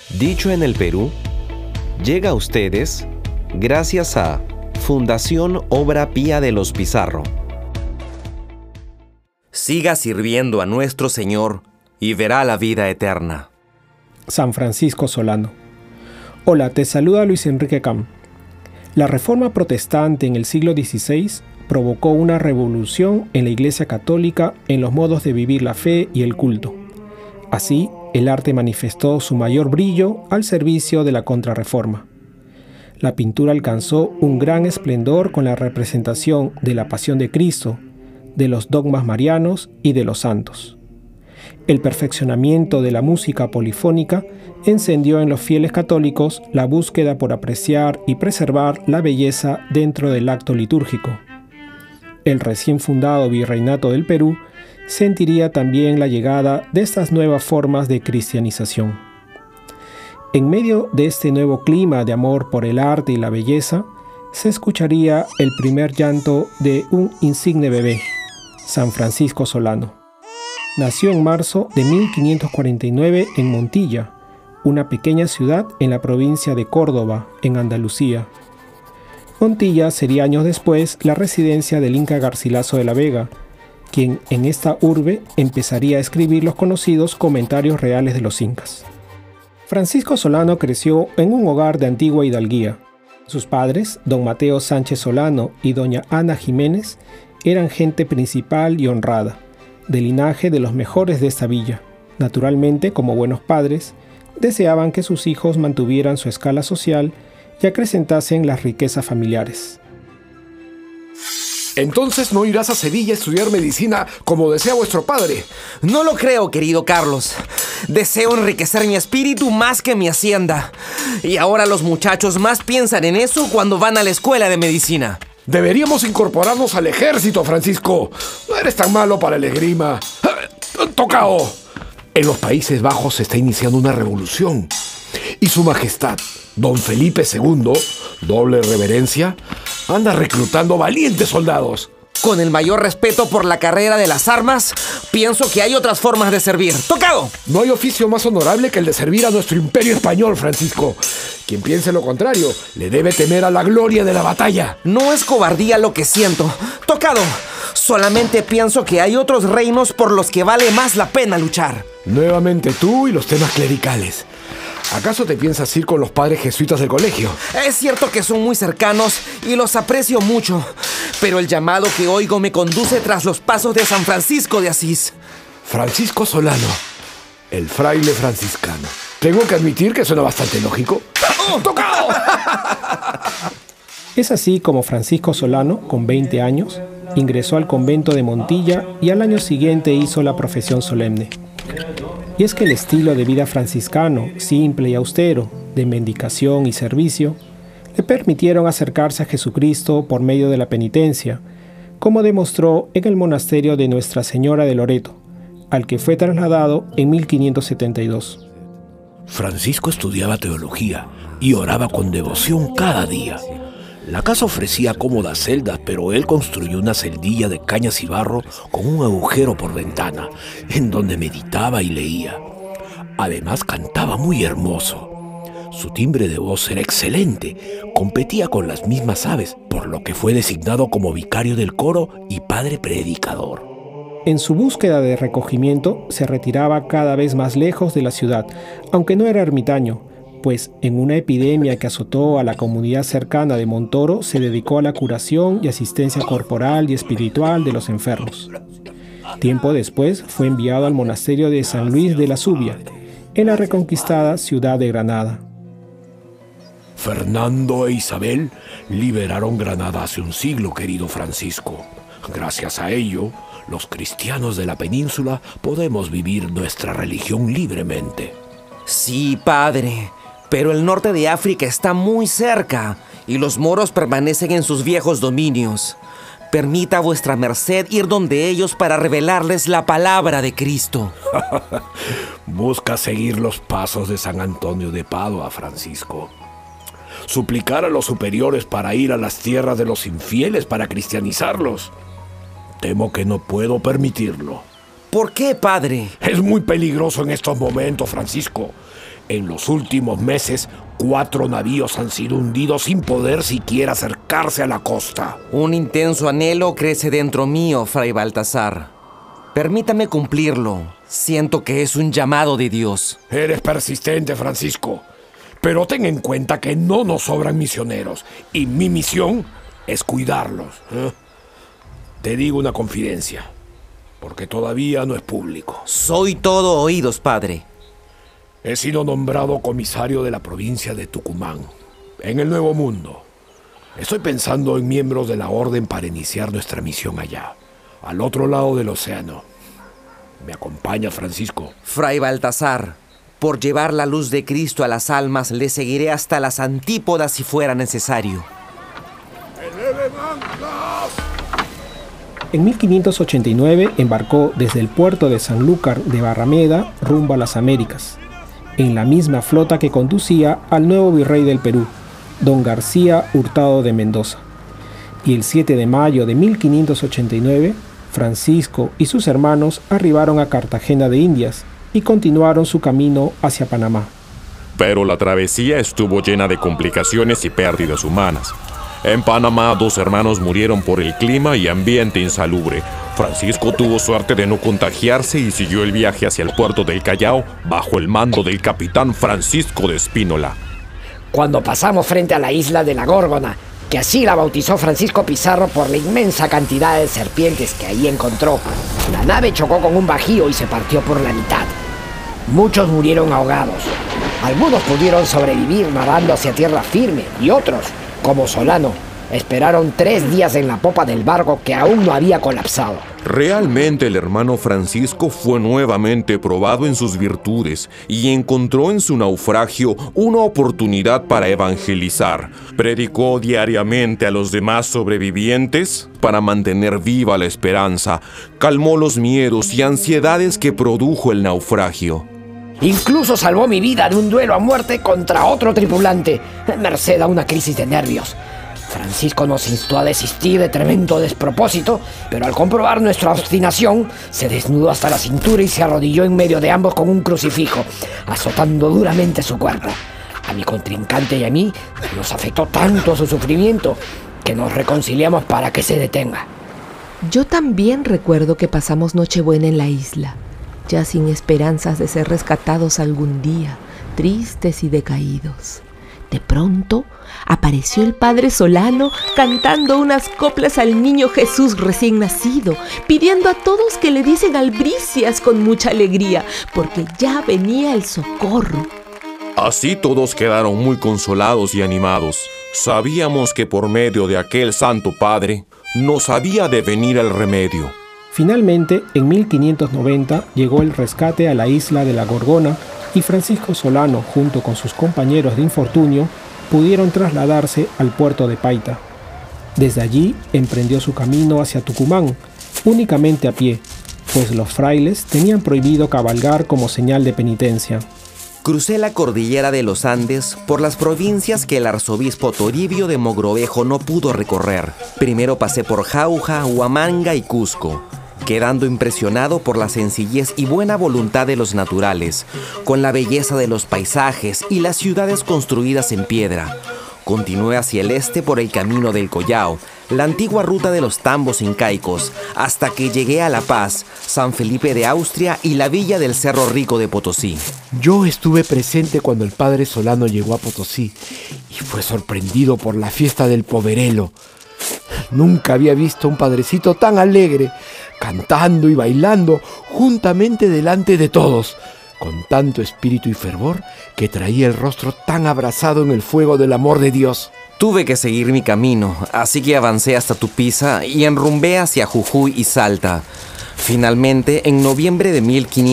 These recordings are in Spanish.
Dicho en el Perú, llega a ustedes gracias a Fundación Obra Pía de los Pizarro. Siga sirviendo a nuestro Señor y verá la vida eterna. San Francisco Solano. Hola, te saluda Luis Enrique Cam. La Reforma Protestante en el siglo XVI provocó una revolución en la Iglesia Católica en los modos de vivir la fe y el culto. Así, el arte manifestó su mayor brillo al servicio de la Contrarreforma. La pintura alcanzó un gran esplendor con la representación de la Pasión de Cristo, de los dogmas marianos y de los santos. El perfeccionamiento de la música polifónica encendió en los fieles católicos la búsqueda por apreciar y preservar la belleza dentro del acto litúrgico. El recién fundado Virreinato del Perú sentiría también la llegada de estas nuevas formas de cristianización. En medio de este nuevo clima de amor por el arte y la belleza, se escucharía el primer llanto de un insigne bebé, San Francisco Solano. Nació en marzo de 1549 en Montilla, una pequeña ciudad en la provincia de Córdoba, en Andalucía. Montilla sería años después la residencia del Inca Garcilaso de la Vega, quien en esta urbe empezaría a escribir los conocidos Comentarios Reales de los Incas. Francisco Solano creció en un hogar de antigua hidalguía. Sus padres, don Mateo Sánchez Solano y doña Ana Jiménez, eran gente principal y honrada, del linaje de los mejores de esta villa. Naturalmente, como buenos padres, deseaban que sus hijos mantuvieran su escala social y acrecentasen las riquezas familiares. Entonces no irás a Sevilla a estudiar medicina como desea vuestro padre. No lo creo, querido Carlos. Deseo enriquecer mi espíritu más que mi hacienda. Y ahora los muchachos más piensan en eso cuando van a la escuela de medicina. Deberíamos incorporarnos al ejército, Francisco. No eres tan malo para el esgrima. ¡Tocao! En los Países Bajos se está iniciando una revolución. Y su majestad, don Felipe II, doble reverencia, anda reclutando valientes soldados. Con el mayor respeto por la carrera de las armas, pienso que hay otras formas de servir. ¡Tocado! No hay oficio más honorable que el de servir a nuestro imperio español, Francisco. Quien piense lo contrario, le debe temer a la gloria de la batalla. No es cobardía lo que siento. ¡Tocado! Solamente pienso que hay otros reinos por los que vale más la pena luchar. Nuevamente tú y los temas clericales. ¿Acaso te piensas ir con los padres jesuitas del colegio? Es cierto que son muy cercanos y los aprecio mucho, pero el llamado que oigo me conduce tras los pasos de San Francisco de Asís. Francisco Solano, el fraile franciscano. Tengo que admitir que suena bastante lógico. ¡Tocado! Es así como Francisco Solano, con 20 años, ingresó al convento de Montilla y al año siguiente hizo la profesión solemne. Y es que el estilo de vida franciscano, simple y austero, de mendicación y servicio, le permitieron acercarse a Jesucristo por medio de la penitencia, como demostró en el monasterio de Nuestra Señora de Loreto, al que fue trasladado en 1572. Francisco estudiaba teología y oraba con devoción cada día. La casa ofrecía cómodas celdas, pero él construyó una celdilla de cañas y barro con un agujero por ventana, en donde meditaba y leía. Además, cantaba muy hermoso. Su timbre de voz era excelente, competía con las mismas aves, por lo que fue designado como vicario del coro y padre predicador. En su búsqueda de recogimiento, se retiraba cada vez más lejos de la ciudad, aunque no era ermitaño, pues en una epidemia que azotó a la comunidad cercana de Montoro se dedicó a la curación y asistencia corporal y espiritual de los enfermos. Tiempo después fue enviado al monasterio de San Luis de la Zubia, en la reconquistada ciudad de Granada. Fernando e Isabel liberaron Granada hace un siglo, querido Francisco. Gracias a ello, los cristianos de la península podemos vivir nuestra religión libremente. Sí, padre. Pero el norte de África está muy cerca y los moros permanecen en sus viejos dominios. Permita vuestra merced ir donde ellos para revelarles la palabra de Cristo. Busca seguir los pasos de San Antonio de Padua, Francisco. Suplicar a los superiores para ir a las tierras de los infieles para cristianizarlos. Temo que no puedo permitirlo. ¿Por qué, padre? Es muy peligroso en estos momentos, Francisco. En los últimos meses, 4 navíos han sido hundidos sin poder siquiera acercarse a la costa. Un intenso anhelo crece dentro mío, Fray Baltasar. Permítame cumplirlo. Siento que es un llamado de Dios. Eres persistente, Francisco. Pero ten en cuenta que no nos sobran misioneros. Y mi misión es cuidarlos. Te digo una confidencia, porque todavía no es público. Soy todo oídos, padre. He sido nombrado comisario de la provincia de Tucumán, en el Nuevo Mundo. Estoy pensando en miembros de la orden para iniciar nuestra misión allá, al otro lado del océano. ¿Me acompaña, Francisco? Fray Baltasar, por llevar la luz de Cristo a las almas, le seguiré hasta las antípodas si fuera necesario. ¡Eleven anclas! En 1589 embarcó desde el puerto de Sanlúcar de Barrameda rumbo a las Américas, en la misma flota que conducía al nuevo virrey del Perú, don García Hurtado de Mendoza. Y el 7 de mayo de 1589, Francisco y sus hermanos arribaron a Cartagena de Indias y continuaron su camino hacia Panamá. Pero la travesía estuvo llena de complicaciones y pérdidas humanas. En Panamá, 2 hermanos murieron por el clima y ambiente insalubre. Francisco tuvo suerte de no contagiarse y siguió el viaje hacia el puerto del Callao bajo el mando del capitán Francisco de Espínola. Cuando pasamos frente a la isla de la Górgona, que así la bautizó Francisco Pizarro por la inmensa cantidad de serpientes que ahí encontró, la nave chocó con un bajío y se partió por la mitad. Muchos murieron ahogados. Algunos pudieron sobrevivir nadando hacia tierra firme y otros, como Solano, esperaron 3 días en la popa del barco que aún no había colapsado. Realmente el hermano Francisco fue nuevamente probado en sus virtudes y encontró en su naufragio una oportunidad para evangelizar. Predicó diariamente a los demás sobrevivientes para mantener viva la esperanza. Calmó los miedos y ansiedades que produjo el naufragio. Incluso salvó mi vida de un duelo a muerte contra otro tripulante, merced a una crisis de nervios. Francisco nos instó a desistir de tremendo despropósito, pero al comprobar nuestra obstinación, se desnudó hasta la cintura y se arrodilló en medio de ambos con un crucifijo, azotando duramente su cuerpo. A mi contrincante y a mí nos afectó tanto su sufrimiento que nos reconciliamos para que se detenga. Yo también recuerdo que pasamos Nochebuena en la isla, ya sin esperanzas de ser rescatados algún día, tristes y decaídos. De pronto apareció el padre Solano cantando unas coplas al niño Jesús recién nacido, pidiendo a todos que le diesen albricias con mucha alegría, porque ya venía el socorro. Así todos quedaron muy consolados y animados. Sabíamos que por medio de aquel Santo Padre nos había de venir el remedio. Finalmente, en 1590 llegó el rescate a la isla de la Gorgona y Francisco Solano, junto con sus compañeros de infortunio, pudieron trasladarse al puerto de Paita. Desde allí emprendió su camino hacia Tucumán, únicamente a pie, pues los frailes tenían prohibido cabalgar como señal de penitencia. Crucé la cordillera de los Andes por las provincias que el arzobispo Toribio de Mogrovejo no pudo recorrer. Primero pasé por Jauja, Huamanga y Cusco, quedando impresionado por la sencillez y buena voluntad de los naturales, con la belleza de los paisajes y las ciudades construidas en piedra. Continué hacia el este por el camino del Collao, la antigua ruta de los tambos incaicos, hasta que llegué a La Paz, San Felipe de Austria y la villa del Cerro Rico de Potosí. Yo estuve presente cuando el padre Solano llegó a Potosí y fue sorprendido por la fiesta del Poverelo. Nunca había visto un padrecito tan alegre, cantando y bailando juntamente delante de todos, con tanto espíritu y fervor que traía el rostro tan abrazado en el fuego del amor de Dios. Tuve que seguir mi camino, así que avancé hasta Tupiza y enrumbé hacia Jujuy y Salta. Finalmente, en noviembre de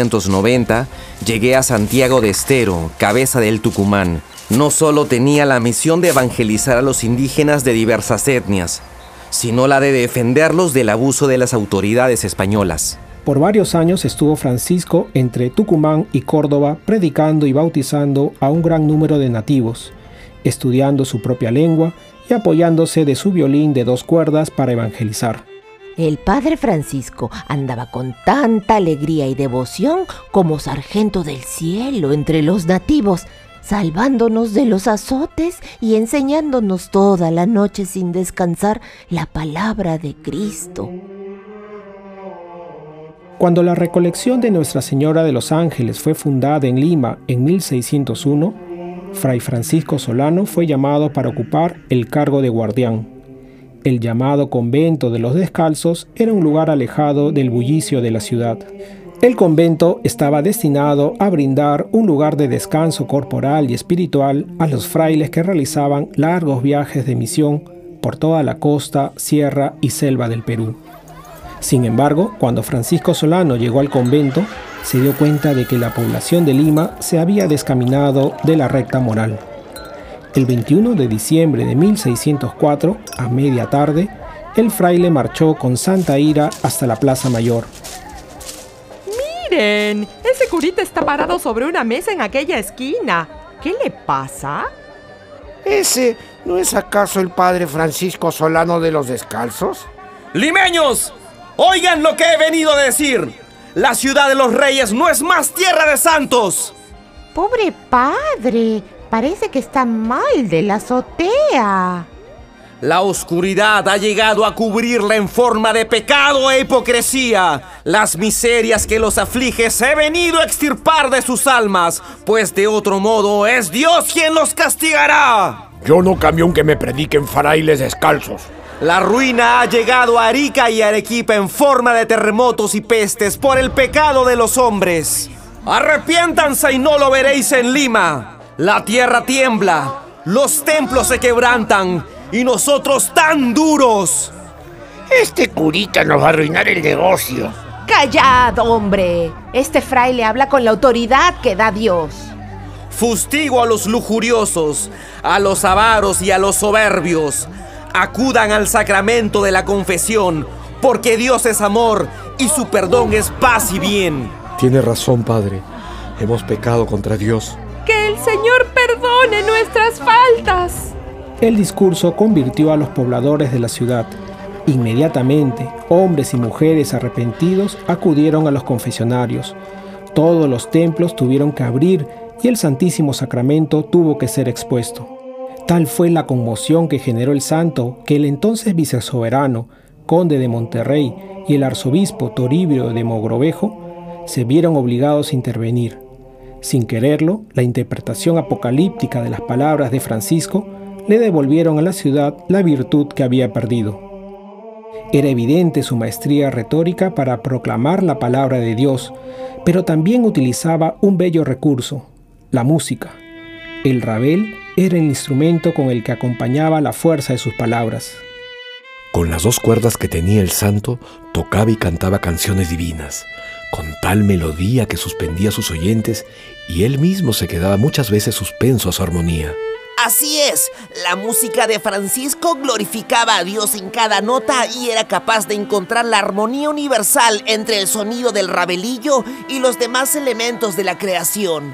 1590, llegué a Santiago de Estero, cabeza del Tucumán. No solo tenía la misión de evangelizar a los indígenas de diversas etnias, sino la de defenderlos del abuso de las autoridades españolas. Por varios años estuvo Francisco entre Tucumán y Córdoba predicando y bautizando a un gran número de nativos, estudiando su propia lengua y apoyándose de su violín de 2 cuerdas para evangelizar. El padre Francisco andaba con tanta alegría y devoción como sargento del cielo entre los nativos, salvándonos de los azotes y enseñándonos toda la noche sin descansar la palabra de Cristo. Cuando la recolección de Nuestra Señora de los Ángeles fue fundada en Lima en 1601, Fray Francisco Solano fue llamado para ocupar el cargo de guardián. El llamado Convento de los Descalzos era un lugar alejado del bullicio de la ciudad. El convento estaba destinado a brindar un lugar de descanso corporal y espiritual a los frailes que realizaban largos viajes de misión por toda la costa, sierra y selva del Perú. Sin embargo, cuando Francisco Solano llegó al convento, se dio cuenta de que la población de Lima se había descaminado de la recta moral. El 21 de diciembre de 1604, a media tarde, el fraile marchó con santa ira hasta la Plaza Mayor. ¡Miren! Ese curita está parado sobre una mesa en aquella esquina. ¿Qué le pasa? ¿Ese no es acaso el padre Francisco Solano de los Descalzos? ¡Limeños! ¡Oigan lo que he venido a decir! La ciudad de los reyes no es más tierra de santos. Pobre padre, parece que está mal de la azotea. La oscuridad ha llegado a cubrirla en forma de pecado e hipocresía. Las miserias que los afliges he venido a extirpar de sus almas, pues de otro modo es Dios quien los castigará. Yo no camión que me prediquen frailes descalzos. La ruina ha llegado a Arica y Arequipa en forma de terremotos y pestes por el pecado de los hombres. Arrepiéntanse y no lo veréis en Lima. La tierra tiembla, los templos se quebrantan y nosotros tan duros. Este curita nos va a arruinar el negocio. ¡Callad, hombre! Este fraile habla con la autoridad que da Dios. Fustigo a los lujuriosos, a los avaros y a los soberbios. Acudan al sacramento de la confesión, porque Dios es amor y su perdón es paz y bien. Tiene razón, padre. Hemos pecado contra Dios. ¡Que el Señor perdone nuestras faltas! El discurso convirtió a los pobladores de la ciudad. Inmediatamente, hombres y mujeres arrepentidos acudieron a los confesionarios. Todos los templos tuvieron que abrir y el Santísimo Sacramento tuvo que ser expuesto. Tal fue la conmoción que generó el santo que el entonces vicesoberano, conde de Monterrey y el arzobispo Toribio de Mogrovejo se vieron obligados a intervenir. Sin quererlo, la interpretación apocalíptica de las palabras de Francisco le devolvieron a la ciudad la virtud que había perdido. Era evidente su maestría retórica para proclamar la palabra de Dios, pero también utilizaba un bello recurso, la música. El rabel era el instrumento con el que acompañaba la fuerza de sus palabras. Con las 2 cuerdas que tenía el santo, tocaba y cantaba canciones divinas, con tal melodía que suspendía a sus oyentes y él mismo se quedaba muchas veces suspenso a su armonía. Así es, la música de Francisco glorificaba a Dios en cada nota y era capaz de encontrar la armonía universal entre el sonido del rabelillo y los demás elementos de la creación.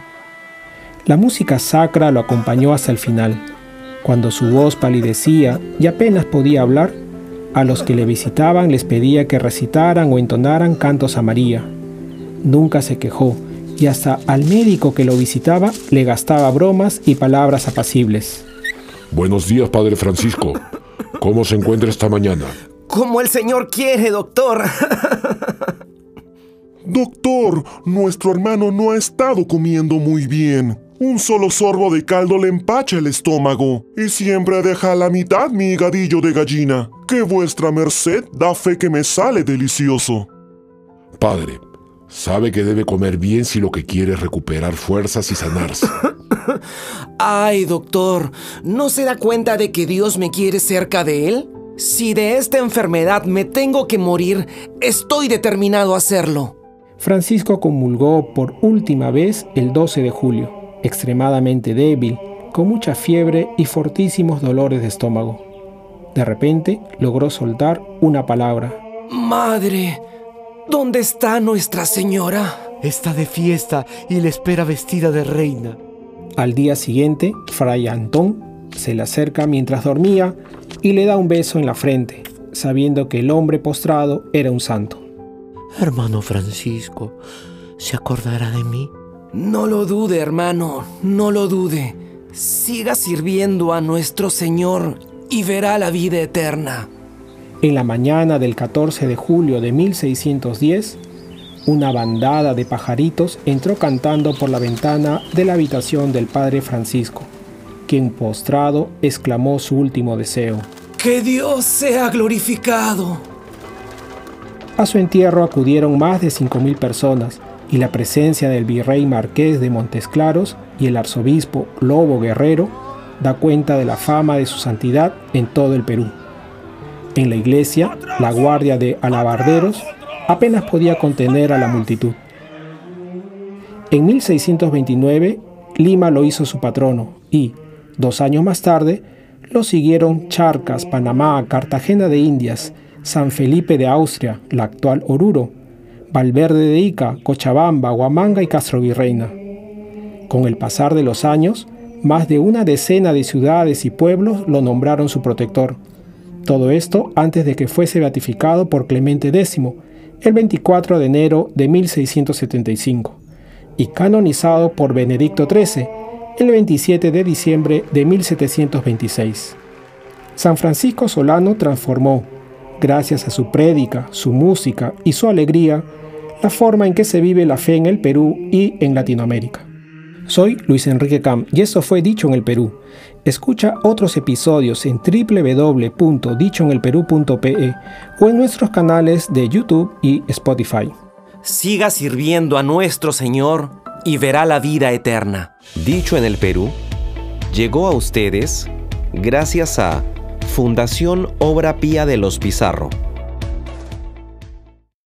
La música sacra lo acompañó hasta el final. Cuando su voz palidecía y apenas podía hablar, a los que le visitaban les pedía que recitaran o entonaran cantos a María. Nunca se quejó y hasta al médico que lo visitaba le gastaba bromas y palabras apacibles. Buenos días, padre Francisco. ¿Cómo se encuentra esta mañana? Como el Señor quiere, doctor. Doctor, nuestro hermano no ha estado comiendo muy bien. Un solo sorbo de caldo le empacha el estómago y siempre deja a la mitad mi higadillo de gallina, que vuestra merced da fe que me sale delicioso. Padre, sabe que debe comer bien si lo que quiere es recuperar fuerzas y sanarse. Ay, doctor, ¿no se da cuenta de que Dios me quiere cerca de él? Si de esta enfermedad me tengo que morir, estoy determinado a hacerlo. Francisco comulgó por última vez el 12 de julio, extremadamente débil, con mucha fiebre y fortísimos dolores de estómago. De repente logró soltar una palabra. Madre, ¿dónde está Nuestra Señora? Está de fiesta y le espera vestida de reina. Al día siguiente, Fray Antón se le acerca mientras dormía y le da un beso en la frente, sabiendo que el hombre postrado era un santo. Hermano Francisco, ¿se acordará de mí? No lo dude, hermano, no lo dude. Siga sirviendo a nuestro Señor y verá la vida eterna. En la mañana del 14 de julio de 1610, una bandada de pajaritos entró cantando por la ventana de la habitación del padre Francisco, quien postrado exclamó su último deseo: ¡Que Dios sea glorificado! A su entierro acudieron más de 5.000 personas, y la presencia del virrey marqués de Montesclaros y el arzobispo Lobo Guerrero da cuenta de la fama de su santidad en todo el Perú. En la iglesia, la guardia de alabarderos apenas podía contener a la multitud. En 1629, Lima lo hizo su patrono y, 2 años más tarde, lo siguieron Charcas, Panamá, Cartagena de Indias, San Felipe de Austria, la actual Oruro, Valverde de Ica, Cochabamba, Huamanga y Castrovirreina. Con el pasar de los años, más de una decena de ciudades y pueblos lo nombraron su protector. Todo esto antes de que fuese beatificado por Clemente X, el 24 de enero de 1675, y canonizado por Benedicto XIII, el 27 de diciembre de 1726. San Francisco Solano transformó, gracias a su prédica, su música y su alegría, la forma en que se vive la fe en el Perú y en Latinoamérica. Soy Luis Enrique Cam y esto fue Dicho en el Perú. Escucha otros episodios en www.dichoenelperú.pe o en nuestros canales de YouTube y Spotify. Siga sirviendo a nuestro Señor y verá la vida eterna. Dicho en el Perú llegó a ustedes gracias a Fundación Obra Pía de los Pizarro.